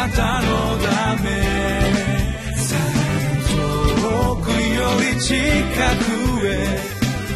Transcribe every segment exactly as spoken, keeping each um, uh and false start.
なたのため遠くより近くへ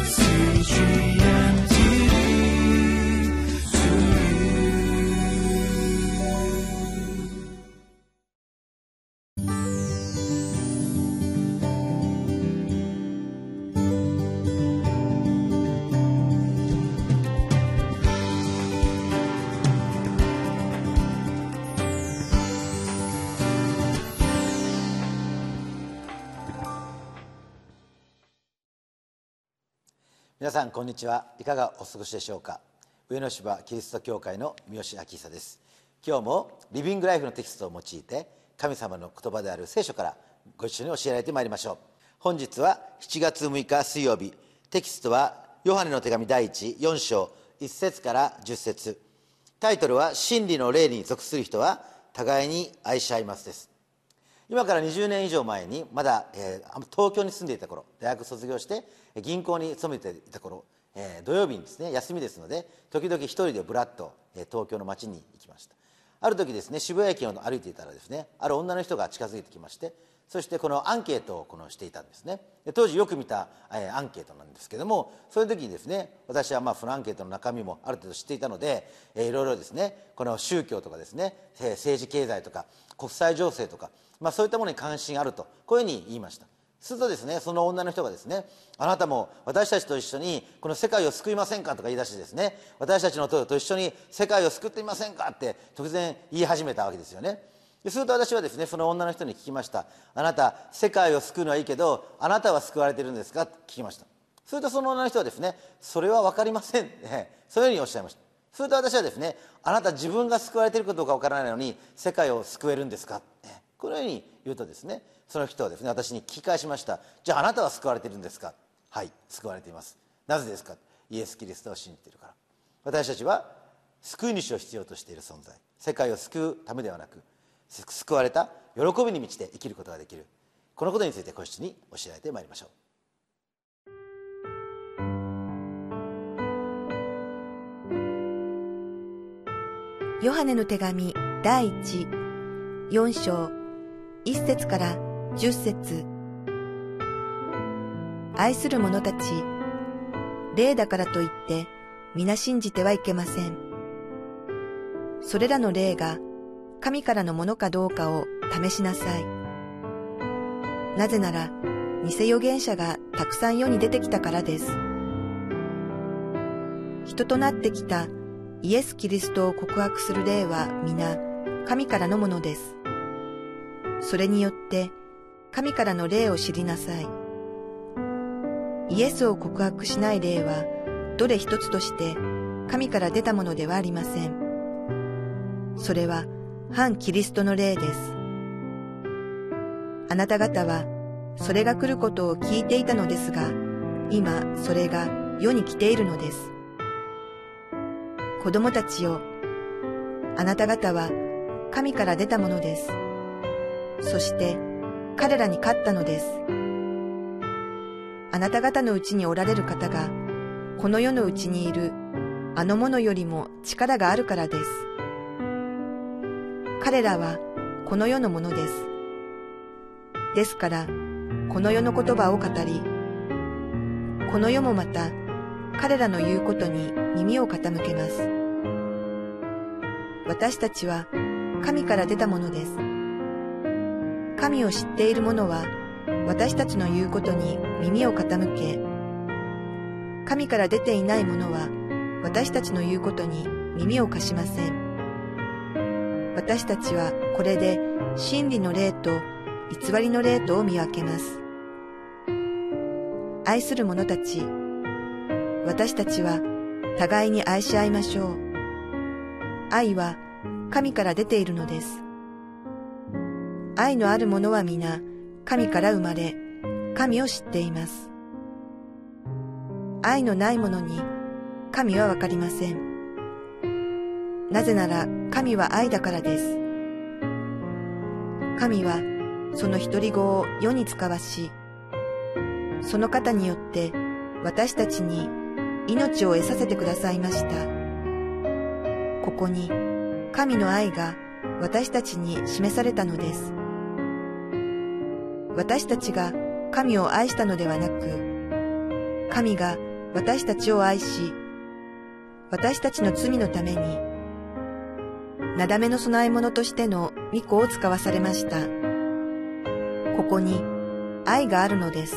皆さんこんにちは。いかがお過ごしでしょうか。上野芝キリスト教会の三好明久です。今日もリビングライフのテキストを用いて神様の言葉である聖書からご一緒に教えられてまいりましょう。本日はしちがつむいか水曜日、テキストはヨハネの手紙第一よん章いち節からじゅっ節、タイトルは真理の霊に属する人は互いに愛し合いますです。今からにじゅうねん以上前にまだ、えー、東京に住んでいた頃、大学卒業して銀行に勤めていた頃、えー、土曜日にですね休みですので時々一人でぶらっと、えー、東京の街に行きました。ある時ですね、渋谷駅を歩いていたらですね、ある女の人が近づいてきまして、そしてこのアンケートをこのしていたんですね。で当時よく見た、えー、アンケートなんですけども、そういう時にですね、私はまあそのアンケートの中身もある程度知っていたので、えー、いろいろですね、この宗教とかですね、えー、政治経済とか国際情勢とか、まあ、そういったものに関心あると、こういうふうに言いました。するとですね、その女の人がですね、あなたも私たちと一緒にこの世界を救いませんかとか言い出してですね、私たちのと一緒に世界を救ってみませんかって突然言い始めたわけですよね。すると私はですね、その女の人に聞きました。あなた世界を救うのはいいけど、あなたは救われているんですかと聞きました。するとその女の人はですね、それは分かりません、ね、そういうふうにおっしゃいました。すると私はですね、あなた自分が救われているかどうか分からないのに世界を救えるんですか、ね、このように言うとですね、その人はですね、私に聞き返しました。じゃああなたは救われているんですか。はい、救われています。なぜですか。イエス・キリストを信じているから。私たちは救い主を必要としている存在、世界を救うためではなく救われた喜びに満ちて生きることができる、このことについてご一緒に教えられてまいりましょう。 ヨハネの手紙第一よん章いち節からじゅっ節。愛する者たち、霊だからといって皆信じてはいけません。それらの霊が神からのものかどうかを試しなさい。なぜなら偽預言者がたくさん世に出てきたからです。人となってきたイエス・キリストを告白する霊は皆神からのものです。それによって神からの霊を知りなさい。イエスを告白しない霊はどれ一つとして神から出たものではありません。それは反キリストの霊です。あなた方はそれが来ることを聞いていたのですが、今それが世に来ているのです。子供たちよ、あなた方は神から出たものです。そして彼らに勝ったのです。あなた方のうちにおられる方がこの世のうちにいるあの者よりも力があるからです。彼らはこの世のものです。ですからこの世の言葉を語り、この世もまた彼らの言うことに耳を傾けます。私たちは神から出たものです。神を知っている者は私たちの言うことに耳を傾け、神から出ていない者は私たちの言うことに耳を貸しません。私たちはこれで真理の霊と偽りの霊とを見分けます。愛する者たち、私たちは互いに愛し合いましょう。愛は神から出ているのです。愛のある者は皆神から生まれ、神を知っています。愛のない者に神はわかりません。なぜなら神は愛だからです。神はその独り子を世に使わし、その方によって私たちに命を得させてくださいました。ここに神の愛が私たちに示されたのです。私たちが神を愛したのではなく、神が私たちを愛し、私たちの罪のために、なだめの供え物としての御子を使わされました。ここに愛があるのです。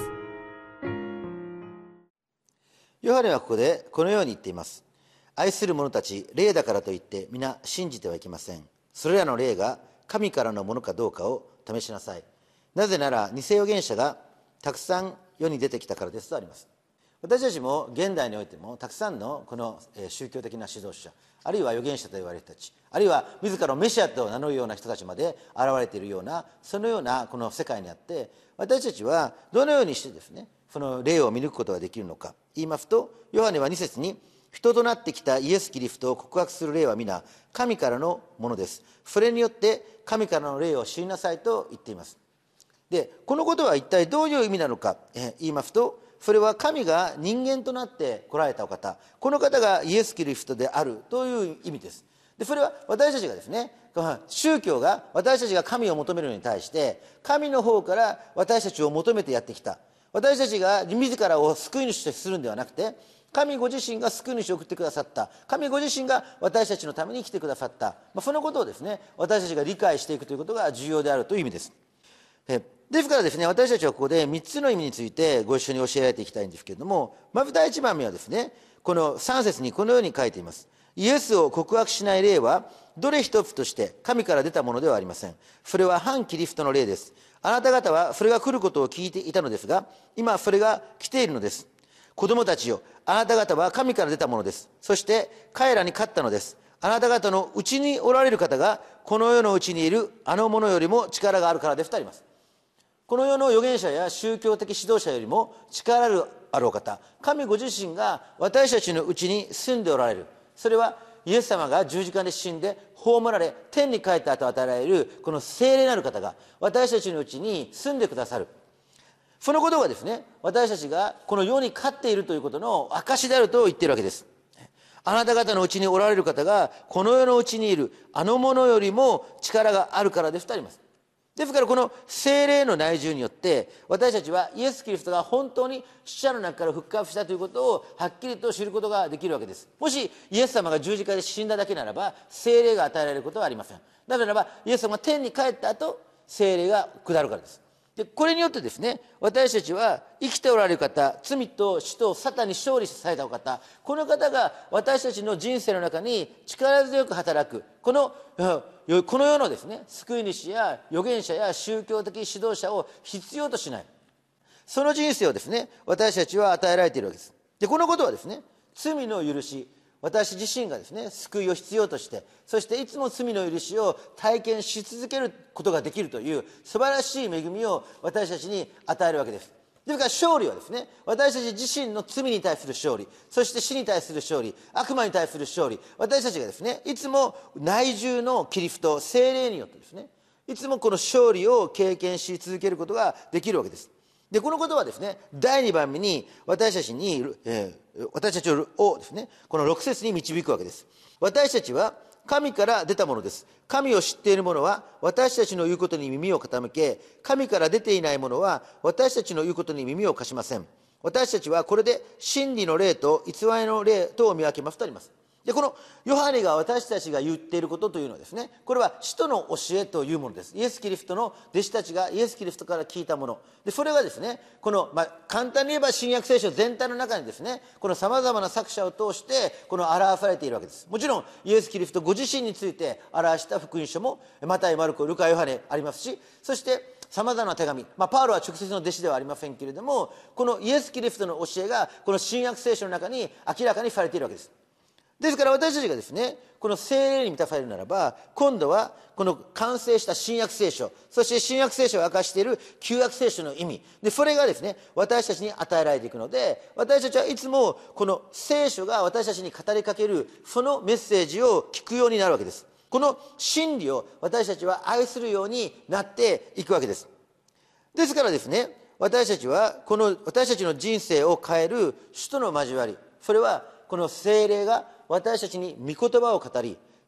ヨハネはここでこのように言っています。愛する者たち、霊だからといって皆信じてはいけません。それらの霊が神からのものかどうかを試しなさい。なぜなら偽預言者がたくさん世に出てきたからですとあります。私たちも現代においてもたくさんのこの宗教的な指導者、あるいは預言者と言われる人たち、あるいは自らをメシアと名乗るような人たちまで現れているような、そのようなこの世界にあって、私たちはどのようにしてですね、その霊を見抜くことができるのか言いますと、ヨハネはに節に、人となってきたイエス・キリストを告白する霊は皆神からのものです。それによって神からの霊を知りなさいと言っています。で、このことは一体どういう意味なのか、え言いますと、それは神が人間となって来られたお方、この方がイエス・キリストであるという意味です。で、それは私たちがですね、宗教が私たちが神を求めるのに対して神の方から私たちを求めてやってきた。私たちが自らを救い主とするんではなくて、神ご自身が救い主を送ってくださった、神ご自身が私たちのために来てくださった、まあ、そのことをですね、私たちが理解していくということが重要であるという意味です。えですからですね、私たちはここでみっつの意味についてご一緒に教えられていきたいんですけれども、まず第一番目はですね、このさん節にこのように書いています。イエスを告白しない霊はどれ一つとして神から出たものではありません。それは反キリストの霊です。あなた方はそれが来ることを聞いていたのですが、今それが来ているのです。子供たちよ、あなた方は神から出たものです。そして彼らに勝ったのです。あなた方のうちにおられる方がこの世のうちにいるあの者よりも力があるからですとあります。この世の預言者や宗教的指導者よりも力があるお方、神ご自身が私たちのうちに住んでおられる。それはイエス様が十字架で死んで葬られ天に帰った後与えられるこの聖霊なる方が私たちのうちに住んでくださる。そのことがですね、私たちがこの世に勝っているということの証であると言っているわけです。あなた方のうちにおられる方がこの世のうちにいるあの者よりも力があるからですとあります。ですからこの聖霊の内住によって私たちはイエス・キリストが本当に死者の中から復活したということをはっきりと知ることができるわけです。もしイエス様が十字架で死んだだけならば聖霊が与えられることはありません。なぜならばイエス様が天に帰った後聖霊が下るからです。でこれによってですね、私たちは生きておられる方、罪と死とサタンに勝利されたお方、この方が私たちの人生の中に力強く働く、このこの世のですね、救い主や預言者や宗教的指導者を必要としない、その人生をですね、私たちは与えられているわけです。でこのことはですね、罪の許し、私自身がですね、救いを必要として、そしていつも罪の許しを体験し続けることができるという素晴らしい恵みを私たちに与えるわけです。ですから勝利はですね、私たち自身の罪に対する勝利、そして死に対する勝利、悪魔に対する勝利、私たちがですね、いつも内住のキリスト、聖霊によってですね、いつもこの勝利を経験し続けることができるわけです。でこのことはですね、だいにばんめに私たちに、えー、私たちをですね、このろく節に導くわけです。私たちは神から出たものです。神を知っている者は私たちの言うことに耳を傾け、神から出ていない者は私たちの言うことに耳を貸しません。私たちはこれで真理の霊と偽りの霊とを見分けますとあります。でこのヨハネが私たちが言っていることというのはですね、これは使徒の教えというものです。イエス・キリストの弟子たちがイエス・キリストから聞いたもので、それがですね、この、まあ、簡単に言えば新約聖書全体の中にですね、このさまざまな作者を通してこの表されているわけです。もちろんイエス・キリストご自身について表した福音書もマタイ、マルコ、ルカ、ヨハネありますし、そしてさまざまな手紙、まあ、パウロは直接の弟子ではありませんけれども、このイエス・キリストの教えがこの新約聖書の中に明らかにされているわけです。ですから私たちがですね、この聖霊に満たされるならば、今度はこの完成した新約聖書、そして新約聖書を明かしている旧約聖書の意味で、それがですね、私たちに与えられていくので、私たちはいつもこの聖書が私たちに語りかけるそのメッセージを聞くようになるわけです。この真理を私たちは愛するようになっていくわけです。ですからですね、私たちはこの私たちの人生を変える主との交わり、それはこの聖霊が私たちに御言葉を語り、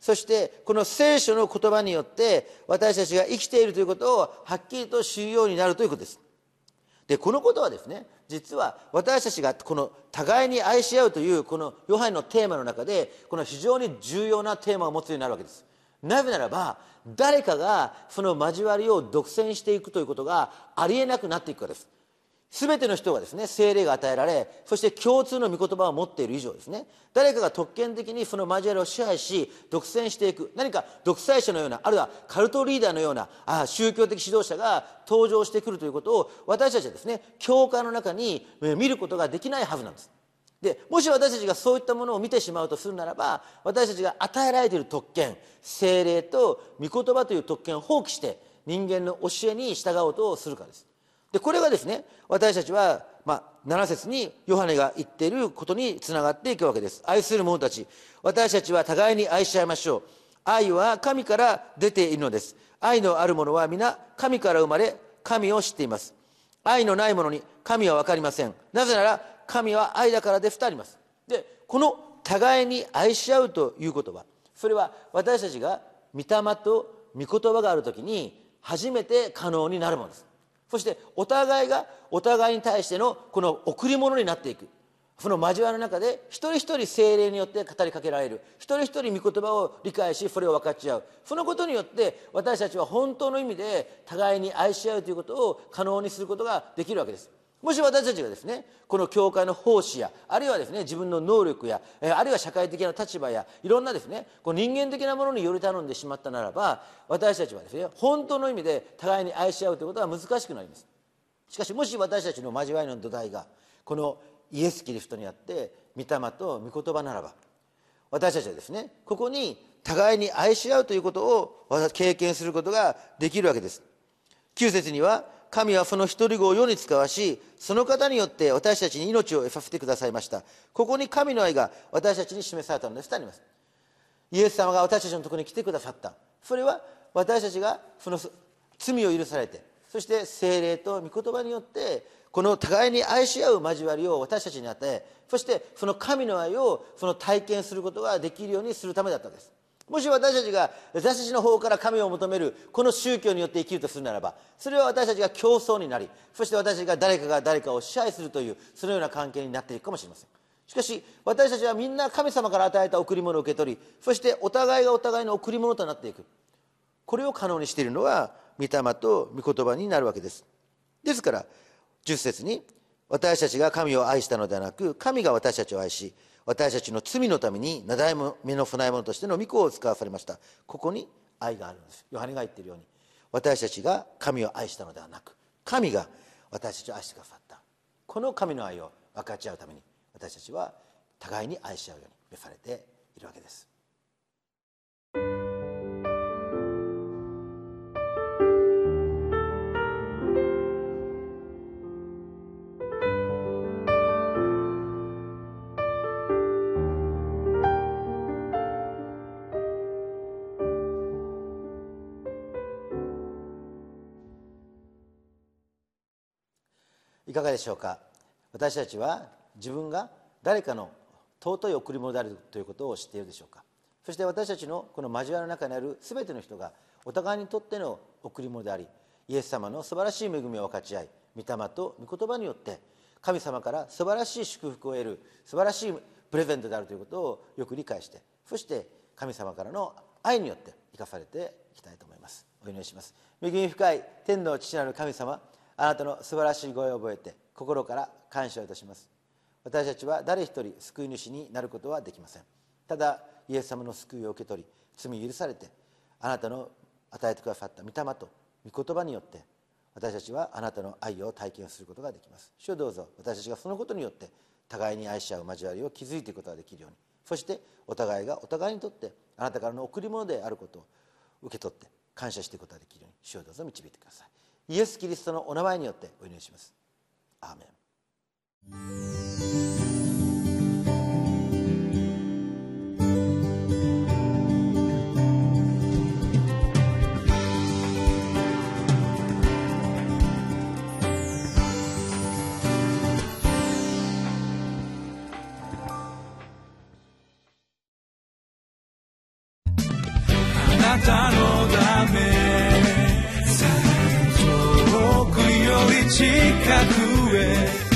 そしてこの聖書の言葉によって私たちが生きているということをはっきりと知るようになるということです。でこのことはですね、実は私たちがこの互いに愛し合うというこのヨハネのテーマの中でこの非常に重要なテーマを持つようになるわけです。なぜならば誰かがその交わりを独占していくということがありえなくなっていくからです。すべての人がですね、聖霊が与えられ、そして共通の御言葉を持っている以上ですね、誰かが特権的にその交わりを支配し独占していく、何か独裁者のような、あるいはカルトリーダーのようなあ宗教的指導者が登場してくるということを私たちはですね、教会の中に見ることができないはずなんです。でもし私たちがそういったものを見てしまうとするならば、私たちが与えられている特権、聖霊と御言葉という特権を放棄して人間の教えに従おうとするからです。でこれがですね、私たちは、まあ、なな節にヨハネが言っていることにつながっていくわけです。愛する者たち、私たちは互いに愛し合いましょう。愛は神から出ているのです。愛のある者は皆神から生まれ神を知っています。愛のない者に神は分かりません。なぜなら神は愛だからで二あります。でこの互いに愛し合うということは、それは私たちが御霊と御言葉があるときに初めて可能になるものです。そしてお互いがお互いに対してのこの贈り物になっていく、その交わりの中で一人一人聖霊によって語りかけられる、一人一人御言葉を理解しそれを分かち合う、そのことによって私たちは本当の意味で互いに愛し合うということを可能にすることができるわけです。もし私たちがですね、この教会の奉仕やあるいはですね、自分の能力やあるいは社会的な立場やいろんなですね、こう人間的なものにより頼んでしまったならば、私たちはですね、本当の意味で互いに愛し合うということは難しくなります。しかしもし私たちの交わりの土台がこのイエス・キリストにあって御霊と御言葉ならば、私たちはですね、ここに互いに愛し合うということを経験することができるわけです。きゅう節には、神はその一人子を世に使わし、その方によって私たちに命を得させてくださいました。ここに神の愛が私たちに示されたのですとあります。イエス様が私たちのところに来てくださった、それは私たちがその罪を許されて、そして聖霊と御言葉によってこの互いに愛し合う交わりを私たちに与え、そしてその神の愛をその体験することができるようにするためだったんです。もし私たちが私たちの方から神を求めるこの宗教によって生きるとするならば、それは私たちが競争になり、そして私たちが誰かが誰かを支配するというそのような関係になっていくかもしれません。しかし私たちはみんな神様から与えた贈り物を受け取り、そしてお互いがお互いの贈り物となっていく、これを可能にしているのは御霊と御言葉になるわけです。ですからじゅっ節に、私たちが神を愛したのではなく神が私たちを愛し、私たちの罪のためになだいめの供え物としての御子を使わされました。ここに愛があるんです。ヨハネが言っているように、私たちが神を愛したのではなく神が私たちを愛してくださった、この神の愛を分かち合うために私たちは互いに愛し合うように召されているわけです。いかがでしょうか。私たちは自分が誰かの尊い贈り物であるということを知っているでしょうか。そして私たちのこの交わりの中にある全ての人がお互いにとっての贈り物であり、イエス様の素晴らしい恵みを分かち合い、御霊と御言葉によって神様から素晴らしい祝福を得る素晴らしいプレゼントであるということをよく理解して、そして神様からの愛によって生かされていきたいと思います。お祈りします。恵み深い天の父なる神様、あなたの素晴らしいご用を覚えて心から感謝いたします。私たちは誰一人救い主になることはできません。ただイエス様の救いを受け取り、罪許されてあなたの与えてくださった御霊と御言葉によって私たちはあなたの愛を体験することができます。主をどうぞ私たちがそのことによって互いに愛し合う交わりを築いていくことができるように、そしてお互いがお互いにとってあなたからの贈り物であることを受け取って感謝していくことができるように主をどうぞ導いてください。イエス・キリストのお名前によってお祈りします。アーメン。 たのため遠くより近くへ